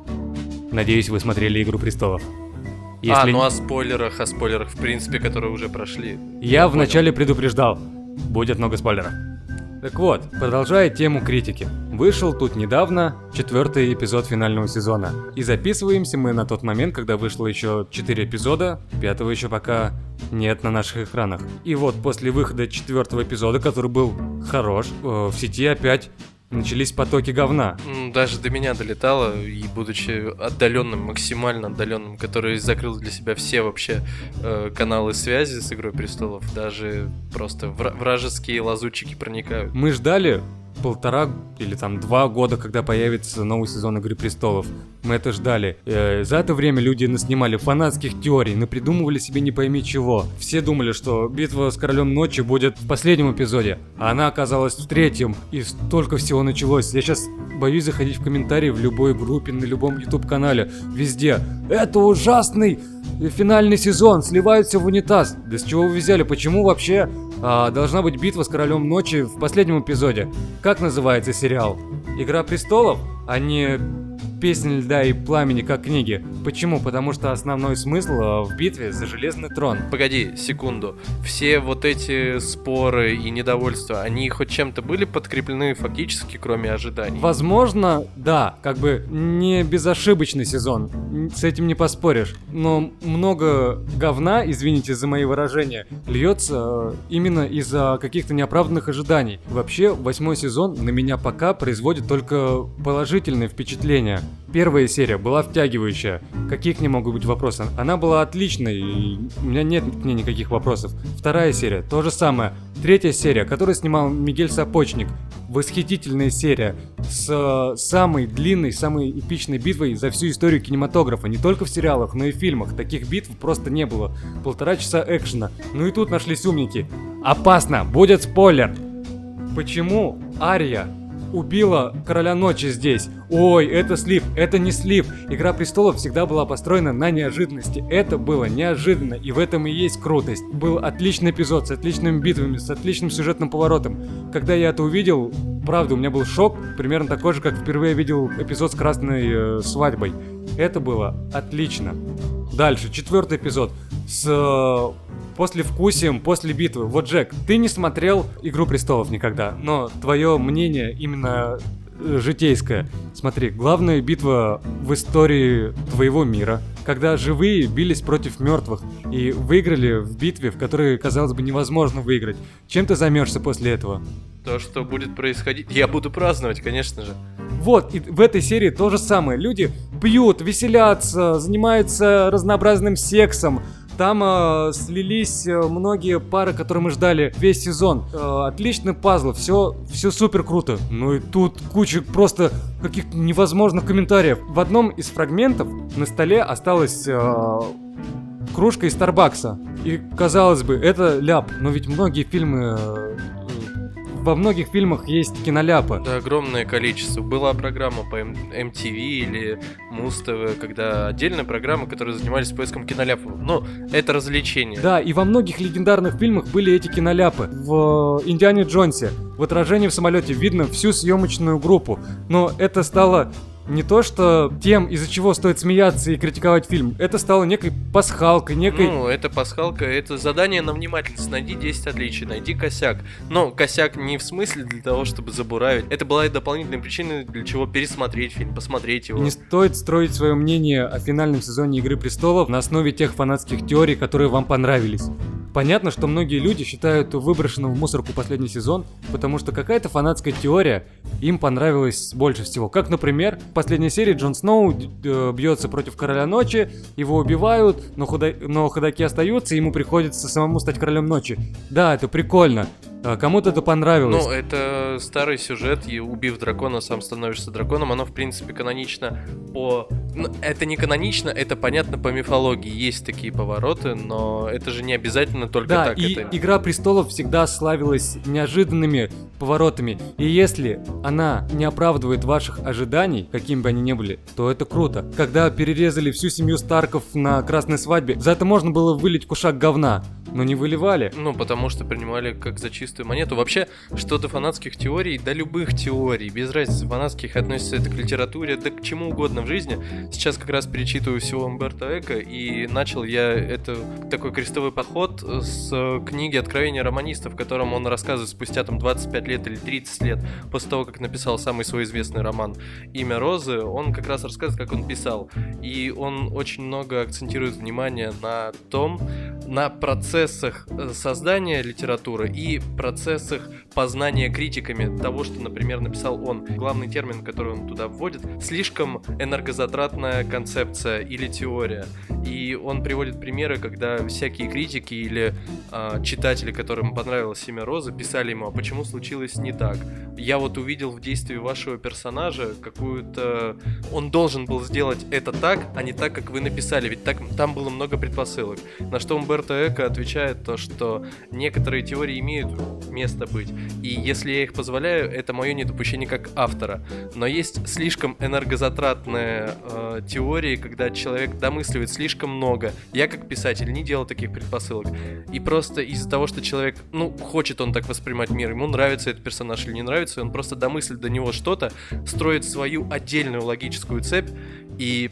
надеюсь, вы смотрели «Игру престолов». Если... о спойлерах, в принципе, которые уже прошли. Я вначале предупреждал, будет много спойлеров. Так вот, продолжая тему критики. Вышел тут недавно 4-й эпизод финального сезона. И записываемся мы на тот момент, когда вышло еще 4 эпизода, 5-го еще пока нет на наших экранах. И вот после выхода 4-го эпизода, который был хорош, в сети опять начались потоки говна. Даже до меня долетало, и будучи отдаленным, максимально отдаленным, который закрыл для себя все вообще каналы связи с «Игрой престолов», даже просто вражеские лазутчики проникают. Мы ждали 1,5 или там 2 года, когда появится новый сезон «Игры престолов». Мы это ждали. За это время люди наснимали фанатских теорий, напридумывали себе не пойми чего. Все думали, что битва с Королем Ночи будет в последнем эпизоде, а она оказалась в 3-м, и столько всего началось. Я сейчас боюсь заходить в комментарии в любой группе, на любом YouTube-канале, везде. Это ужасный финальный сезон, сливают все в унитаз. Да с чего вы взяли? Почему вообще должна быть битва с Королем Ночи в последнем эпизоде? Как называется сериал? «Игра престолов», а не «Песнь льда и пламени» как книги. Почему? Потому что основной смысл в битве за Железный трон. Погоди, секунду. Все вот эти споры и недовольства, они хоть чем-то были подкреплены фактически, кроме ожиданий? Возможно, да. Как бы не безошибочный сезон. С этим не поспоришь. Но много говна, извините за мои выражения, льется именно из-за каких-то неоправданных ожиданий. Вообще, 8-й сезон на меня пока производит только положительные впечатления. Первая серия была втягивающая. Какие к ней могут быть вопросы? Она была отличной, и у меня нет к ней никаких вопросов. Вторая серия, то же самое. Третья серия, которую снимал Мигель Сапочник. Восхитительная серия с самой длинной, самой эпичной битвой за всю историю кинематографа. Не только в сериалах, но и в фильмах. Таких битв просто не было. 1,5 часа экшена. Ну и тут нашлись умники. Опасно, будет спойлер. Почему Ария убила Короля Ночи здесь? Ой, это слив, это не слив. «Игра престолов» всегда была построена на неожиданности. Это было неожиданно, и в этом и есть крутость. Был отличный эпизод с отличными битвами, с отличным сюжетным поворотом. Когда я это увидел, правда, у меня был шок, примерно такой же, как впервые видел эпизод с красной свадьбой. Это было отлично. Дальше, 4-й эпизод с послевкусием после битвы. Вот, Джек, ты не смотрел «Игру престолов» никогда, но твое мнение именно житейское. Смотри, главная битва в истории твоего мира, когда живые бились против мертвых и выиграли в битве, в которой, казалось бы, невозможно выиграть. Чем ты займешься после этого? То, что будет происходить, я буду праздновать, конечно же. Вот, и в этой серии то же самое. Люди пьют, веселятся, занимаются разнообразным сексом. Там слились многие пары, которые мы ждали весь сезон. Отличный пазл, все супер круто. Ну и тут куча просто каких-то невозможных комментариев. В одном из фрагментов на столе осталась кружка из Старбакса. И казалось бы, это ляп, но ведь многие фильмы... Во многих фильмах есть киноляпы. Да, огромное количество. Была программа по MTV или Муз-ТВ, когда отдельная программа, которые занимались поиском киноляпов. Но это развлечение. Да, и во многих легендарных фильмах были эти киноляпы. В «Индиане Джонсе» в отражении в самолете видно всю съемочную группу. Но это стало не то что тем, из-за чего стоит смеяться и критиковать фильм. Это стало некой пасхалкой, некой... Ну, это пасхалка, это задание на внимательность. Найди 10 отличий, найди косяк. Но косяк не в смысле для того, чтобы забуравить. Это была и дополнительная причина, для чего пересмотреть фильм, посмотреть его. Не стоит строить свое мнение о финальном сезоне «Игры престолов» на основе тех фанатских теорий, которые вам понравились. Понятно, что многие люди считают выброшенным в мусорку последний сезон, потому что какая-то фанатская теория им понравилась больше всего. Как, например, в последней серии Джон Сноу бьется против Короля Ночи, его убивают, но ходаки остаются, и ему приходится самому стать Королем Ночи. Да, это прикольно. Кому-то это понравилось. Ну, это старый сюжет, и убив дракона, сам становишься драконом. Оно, в принципе, канонично по... Ну, это не канонично, это понятно по мифологии. Есть такие повороты, но это же не обязательно только да, так. И это... «Игра престолов» всегда славилась неожиданными поворотами. И если она не оправдывает ваших ожиданий, какими бы они ни были, то это круто. Когда перерезали всю семью Старков на красной свадьбе, за это можно было вылить кушак говна, но не выливали. Ну, потому что принимали как за чистую монету. Вообще, что до фанатских теорий, до любых теорий, без разницы, фанатских относится это к литературе, да к чему угодно в жизни. Сейчас как раз перечитываю всего Умберто Эко, и начал я это такой крестовый поход с книги «Откровения романиста», в котором он рассказывает спустя там 25 лет или 30 лет после того, как написал самый свой известный роман «Имя Розы», он как раз рассказывает, как он писал. И он очень много акцентирует внимание на том, на процессах создания литературы и процессах познания критиками того, что, например, написал он. Главный термин, который он туда вводит, слишком энергозатратная концепция или теория. И он приводит примеры, когда всякие критики или читатели, которым понравилось «Имя Розы», писали ему: а почему случилось не так? Я вот увидел в действии вашего персонажа какую-то... Он должен был сделать это так, а не так, как вы написали, ведь так, там было много предпосылок. На что Умберто Эко отвечает то, что некоторые теории имеют место быть, и если я их позволяю, это мое недопущение как автора. Но есть слишком энергозатратные теории, когда человек домысливает слишком много. Я как писатель не делал таких предпосылок. И просто из-за того, что человек, хочет он так воспринимать мир, ему нравится этот персонаж или не нравится, он просто домыслит до него что-то, строит свою отдельную логическую цепь, и,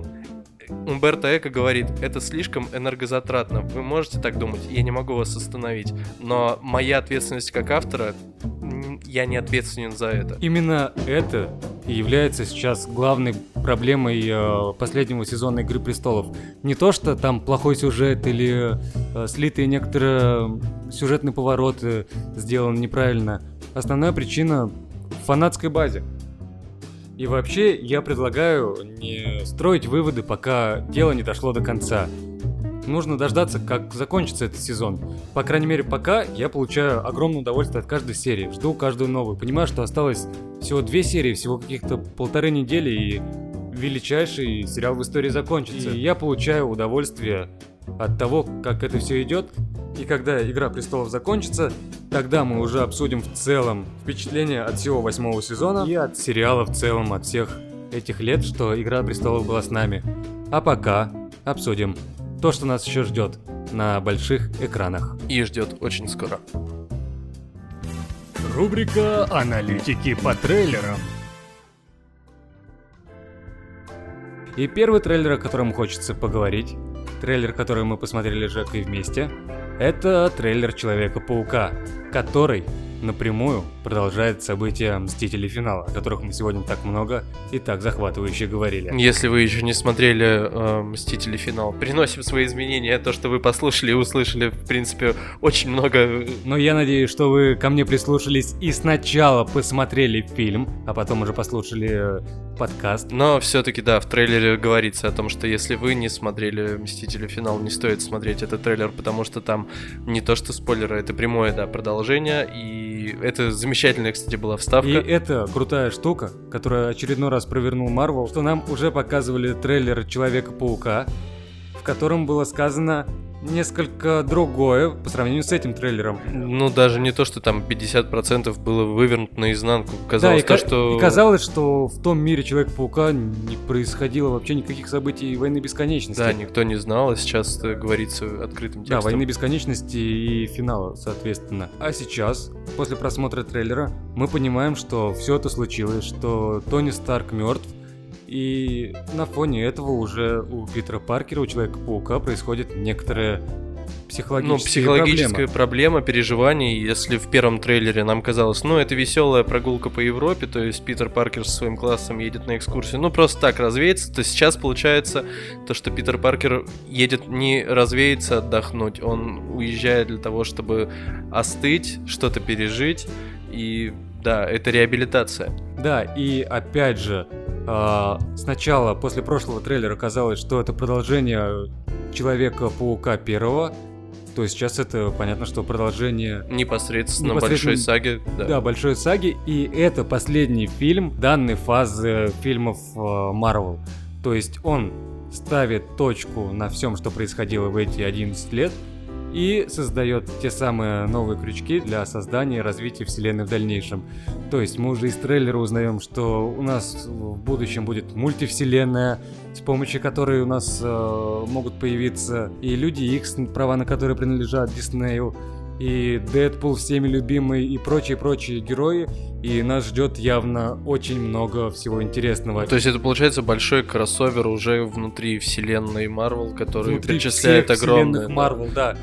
Умберто Эко говорит: это слишком энергозатратно. Вы можете так думать, я не могу вас остановить. Но моя ответственность как автора, я не ответственен за это. Именно это и является сейчас главной проблемой последнего сезона «Игры престолов». Не то, что там плохой сюжет или слитые некоторые сюжетные повороты сделаны неправильно. Основная причина в фанатской базе. И вообще, я предлагаю не строить выводы, пока дело не дошло до конца. Нужно дождаться, как закончится этот сезон. По крайней мере, пока я получаю огромное удовольствие от каждой серии. Жду каждую новую. Понимаю, что осталось всего 2 серии, всего каких-то 1,5 недели, и величайший сериал в истории закончится. И я получаю удовольствие от того, как это все идет. И когда «Игра престолов» закончится, тогда мы уже обсудим в целом впечатления от всего 8-го сезона и от сериала в целом, от всех этих лет, что «Игра престолов» была с нами. А пока обсудим то, что нас еще ждет на больших экранах. И ждет очень скоро. Рубрика «Аналитики по трейлерам». И первый трейлер, о котором хочется поговорить, трейлер, который мы посмотрели с Жекой вместе, это трейлер Человека-паука, который напрямую продолжает события Мстителей Финала, о которых мы сегодня так много и так захватывающе говорили. Если вы еще не смотрели Мстители Финал, приносим свои изменения. То, что вы послушали и услышали, в принципе, очень много. Но я надеюсь, что вы ко мне прислушались и сначала посмотрели фильм, а потом уже послушали подкаст. Но все-таки, да, в трейлере говорится о том, что если вы не смотрели Мстители Финал, не стоит смотреть этот трейлер, потому что там не то что спойлеры, это прямое, да, продолжение, и это замечательная, кстати, была вставка. И это крутая штука, которую очередной раз провернул Marvel, что нам уже показывали трейлер Человека-паука, в котором было сказано несколько другое по сравнению с этим трейлером. Ну, даже не то, что там 50% было вывернуто наизнанку. Казалось, да, что... и казалось, что в том мире Человека-паука не происходило вообще никаких событий Войны Бесконечности. Да, никто не знал, а сейчас это говорится открытым текстом. Да, Войны Бесконечности и финала, соответственно. А сейчас, после просмотра трейлера, мы понимаем, что все это случилось, что Тони Старк мертв, И на фоне этого уже у Питера Паркера, у Человека-паука происходит некоторая психологическая проблема переживаний. Если в первом трейлере нам казалось, это веселая прогулка по Европе, то есть Питер Паркер со своим классом едет на экскурсию, просто так развеяться, то сейчас получается то, что Питер Паркер едет не развеяться, отдохнуть, он уезжает для того, чтобы остыть, что-то пережить, и да, это реабилитация. Да, и опять же, сначала, после прошлого трейлера казалось, что это продолжение Человека-паука первого. То есть сейчас это понятно, что продолжение непосредственно большой саги. Да, большой саги. И это последний фильм данной фазы фильмов Marvel. То есть он ставит точку на всем, что происходило в эти 11 лет, и создает те самые новые крючки для создания и развития вселенной в дальнейшем. То есть мы уже из трейлера узнаем, что у нас в будущем будет мультивселенная, с помощью которой у нас могут появиться и люди Икс, права на которые принадлежат Диснею, и Дэдпул, всеми любимый, и прочие герои. И нас ждет явно очень много всего интересного. То есть это получается большой кроссовер уже внутри вселенной Marvel, который перечисляет огромное. Marvel, да.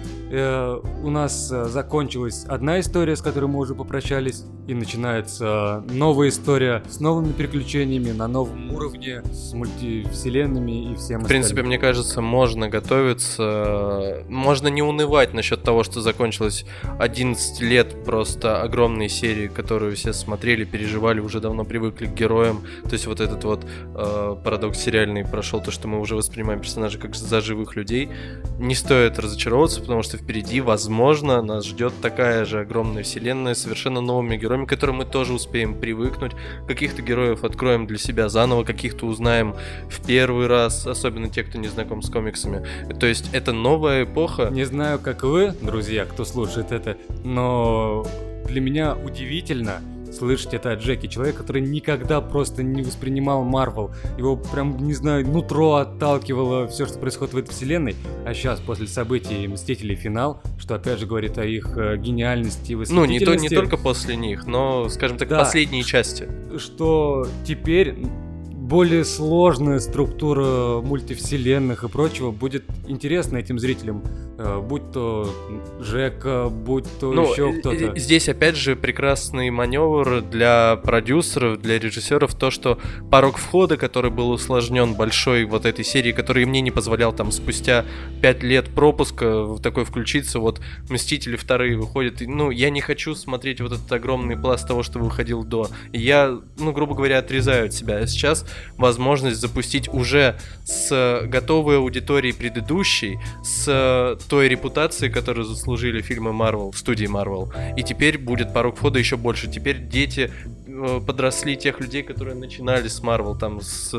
У нас закончилась одна история, с которой мы уже попрощались, и начинается новая история с новыми приключениями на новом уровне, с мультивселенными и всем остальным. В принципе, мне кажется, можно готовиться, можно не унывать насчет того, что закончилось 11 лет просто огромной серии, которую все смотрели, переживали, уже давно привыкли к героям. То есть вот этот вот парадокс сериальный прошел, то, что мы уже воспринимаем персонажей как за живых людей. Не стоит разочаровываться, потому что впереди, возможно, нас ждет такая же огромная вселенная с совершенно новыми героями, к которым мы тоже успеем привыкнуть. Каких-то героев откроем для себя заново, каких-то узнаем в первый раз, особенно те, кто не знаком с комиксами. То есть это новая эпоха. Не знаю, как вы, друзья, кто слушает это, но для меня удивительно слышать это от Джеки, человек, который никогда просто не воспринимал Марвел. Его прям, не знаю, нутро отталкивало все, что происходит в этой вселенной. А сейчас, после событий Мстителей финал, что опять же говорит о их гениальности и восхитительности. Не только после них, но, скажем так, последние части. Что теперь более сложная структура мультивселенных и прочего будет интересна этим зрителям, будь то Жека, будь то еще кто-то. Здесь опять же прекрасный маневр для продюсеров, для режиссеров, то, что порог входа, который был усложнен большой вот этой серии, который мне не позволял там спустя 5 лет пропуска в такой включиться, вот Мстители вторые выходят, я не хочу смотреть вот этот огромный пласт того, что выходил до. Я, грубо говоря, отрезаю от себя. А сейчас возможность запустить уже с готовой аудиторией предыдущей, с той репутацией, которую заслужили фильмы Marvel, студии Marvel. И теперь будет порог входа еще больше. Теперь дети подросли тех людей, которые начинали с Marvel, там, с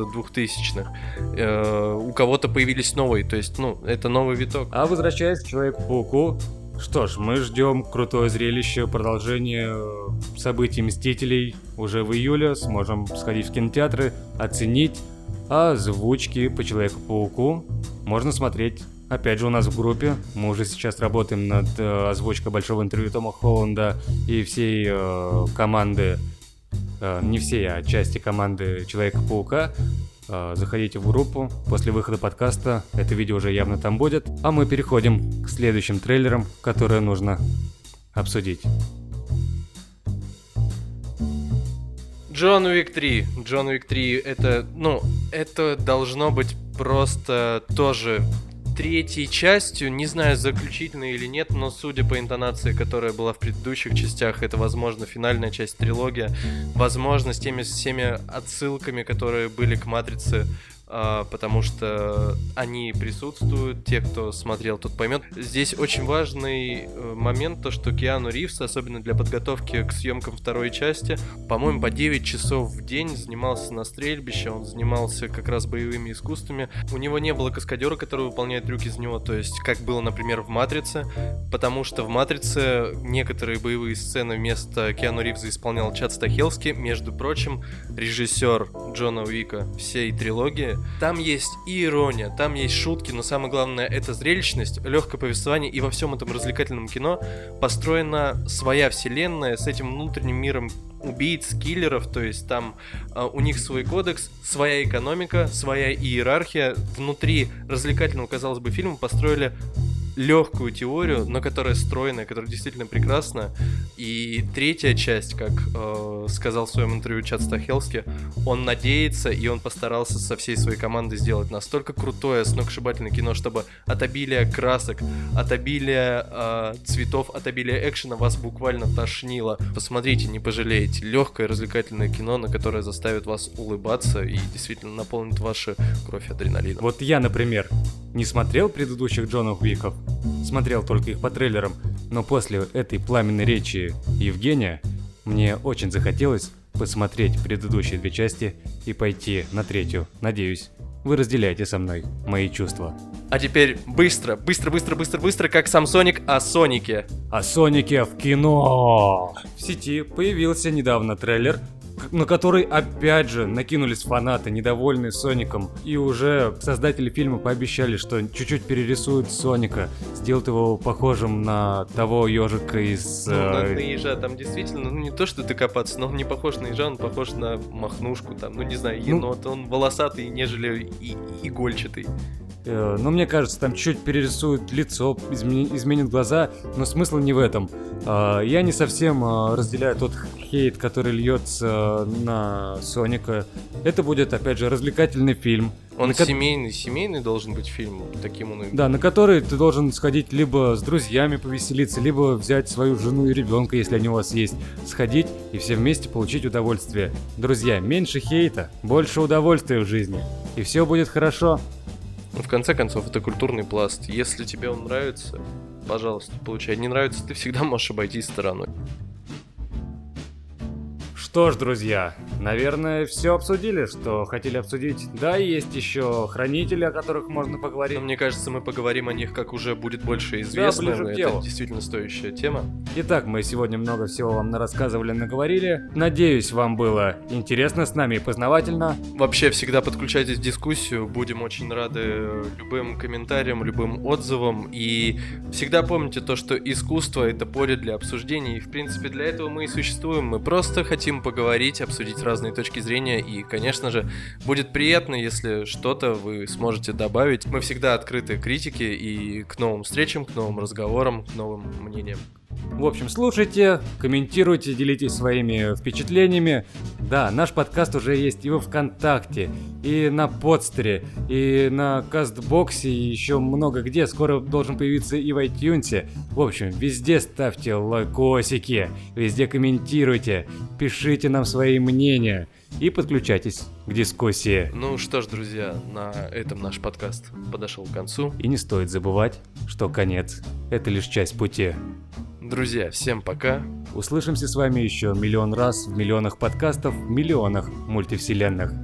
2000-х. У кого-то появились новые, то есть, это новый виток. А возвращаясь к Человеку-пауку, что ж, мы ждем крутое зрелище, продолжение событий Мстителей уже в июле. Сможем сходить в кинотеатры, оценить. А озвучки по Человеку-пауку можно смотреть. Опять же, у нас в группе. Мы уже сейчас работаем над озвучкой большого интервью Тома Холланда и всей команды, не всей, а части команды Человека-паука. Заходите в группу, после выхода подкаста это видео уже явно там будет. А мы переходим к следующим трейлерам, которые нужно обсудить. Джон Уик 3. Джон Уик 3 это должно быть просто тоже третьей частью, не знаю, заключительной или нет, но судя по интонации, которая была в предыдущих частях, это, возможно, финальная часть трилогии, возможно, с теми всеми отсылками, которые были к «Матрице», потому что они присутствуют, те, кто смотрел, тот поймет. Здесь очень важный момент, то, что Киану Ривз, особенно для подготовки к съемкам второй части, по-моему, по 9 часов в день занимался на стрельбище, он занимался как раз боевыми искусствами. У него не было каскадера, который выполняет трюки за него, то есть, как было, например, в «Матрице», потому что в «Матрице» некоторые боевые сцены вместо Киану Ривза исполнял Чад Стахелски, между прочим, режиссер Джона Уика всей трилогии. Там есть и ирония, там есть шутки, но самое главное это зрелищность, легкое повествование, и во всем этом развлекательном кино построена своя вселенная с этим внутренним миром убийц, киллеров, то есть там у них свой кодекс, своя экономика, своя иерархия. Внутри развлекательного, казалось бы, фильма построили легкую теорию, но которая стройная, которая действительно прекрасна. И третья часть, как сказал в своем интервью Чад Стахелски, он надеется и он постарался со всей своей командой сделать настолько крутое, сногсшибательное кино, чтобы от обилия красок, от обилия цветов, от обилия экшена вас буквально тошнило. Посмотрите, не пожалеете. Легкое развлекательное кино, на которое заставит вас улыбаться и действительно наполнит вашу кровь адреналином. Вот я, например, не смотрел предыдущих Джонов Уиков, смотрел только их по трейлерам, но после этой пламенной речи Евгения мне очень захотелось посмотреть предыдущие 2 части и пойти на 3-ю. Надеюсь, вы разделяете со мной мои чувства. А теперь быстро, как сам Соник о Сонике. О Сонике в кино! В сети появился недавно трейлер, на который опять же накинулись фанаты, недовольные Соником. И уже создатели фильма пообещали, что чуть-чуть перерисуют Соника, сделают его похожим на того ежика из... на ежа, там действительно, не то что докопаться, но он не похож на ежа, он похож на мохнушку, там, не знаю, енот, он волосатый, нежели игольчатый. Но мне кажется, там чуть перерисуют лицо, изменят глаза, но смысл не в этом. Я не совсем разделяю тот хейт, который льется на Соника. Это будет, опять же, развлекательный фильм. Он семейный должен быть фильм, таким он и... Да, на который ты должен сходить либо с друзьями повеселиться, либо взять свою жену и ребенка, если они у вас есть, сходить и все вместе получить удовольствие. Друзья, меньше хейта, больше удовольствия в жизни, и все будет хорошо. В конце концов, это культурный пласт. Если тебе он нравится, пожалуйста, получай. Не нравится, ты всегда можешь обойтись стороной. Что ж, друзья, наверное, все обсудили, что хотели обсудить. Да, есть еще хранители, о которых можно поговорить. Но мне кажется, мы поговорим о них, как уже будет больше известно. Да, ближе к делу. Это действительно стоящая тема. Итак, мы сегодня много всего вам нарассказывали, наговорили. Надеюсь, вам было интересно с нами и познавательно. Вообще, всегда подключайтесь в дискуссию. Будем очень рады любым комментариям, любым отзывам. И всегда помните то, что искусство — это поле для обсуждений. И, в принципе, для этого мы и существуем. Мы просто хотим поговорить, обсудить разные точки зрения, и, конечно же, будет приятно, если что-то вы сможете добавить. Мы всегда открыты к критике и к новым встречам, к новым разговорам, к новым мнениям. В общем, слушайте, комментируйте, делитесь своими впечатлениями. Да, наш подкаст уже есть и во ВКонтакте, и на Подстере, и на Кастбоксе, и еще много где. Скоро должен появиться и в iTunes. В общем, везде ставьте лайкосики, везде комментируйте, пишите нам свои мнения и подключайтесь к дискуссии. Ну что ж, друзья, на этом наш подкаст подошел к концу. И не стоит забывать, что конец — это лишь часть пути. Друзья, всем пока. Услышимся с вами еще миллион раз в миллионах подкастов, в миллионах мультивселенных.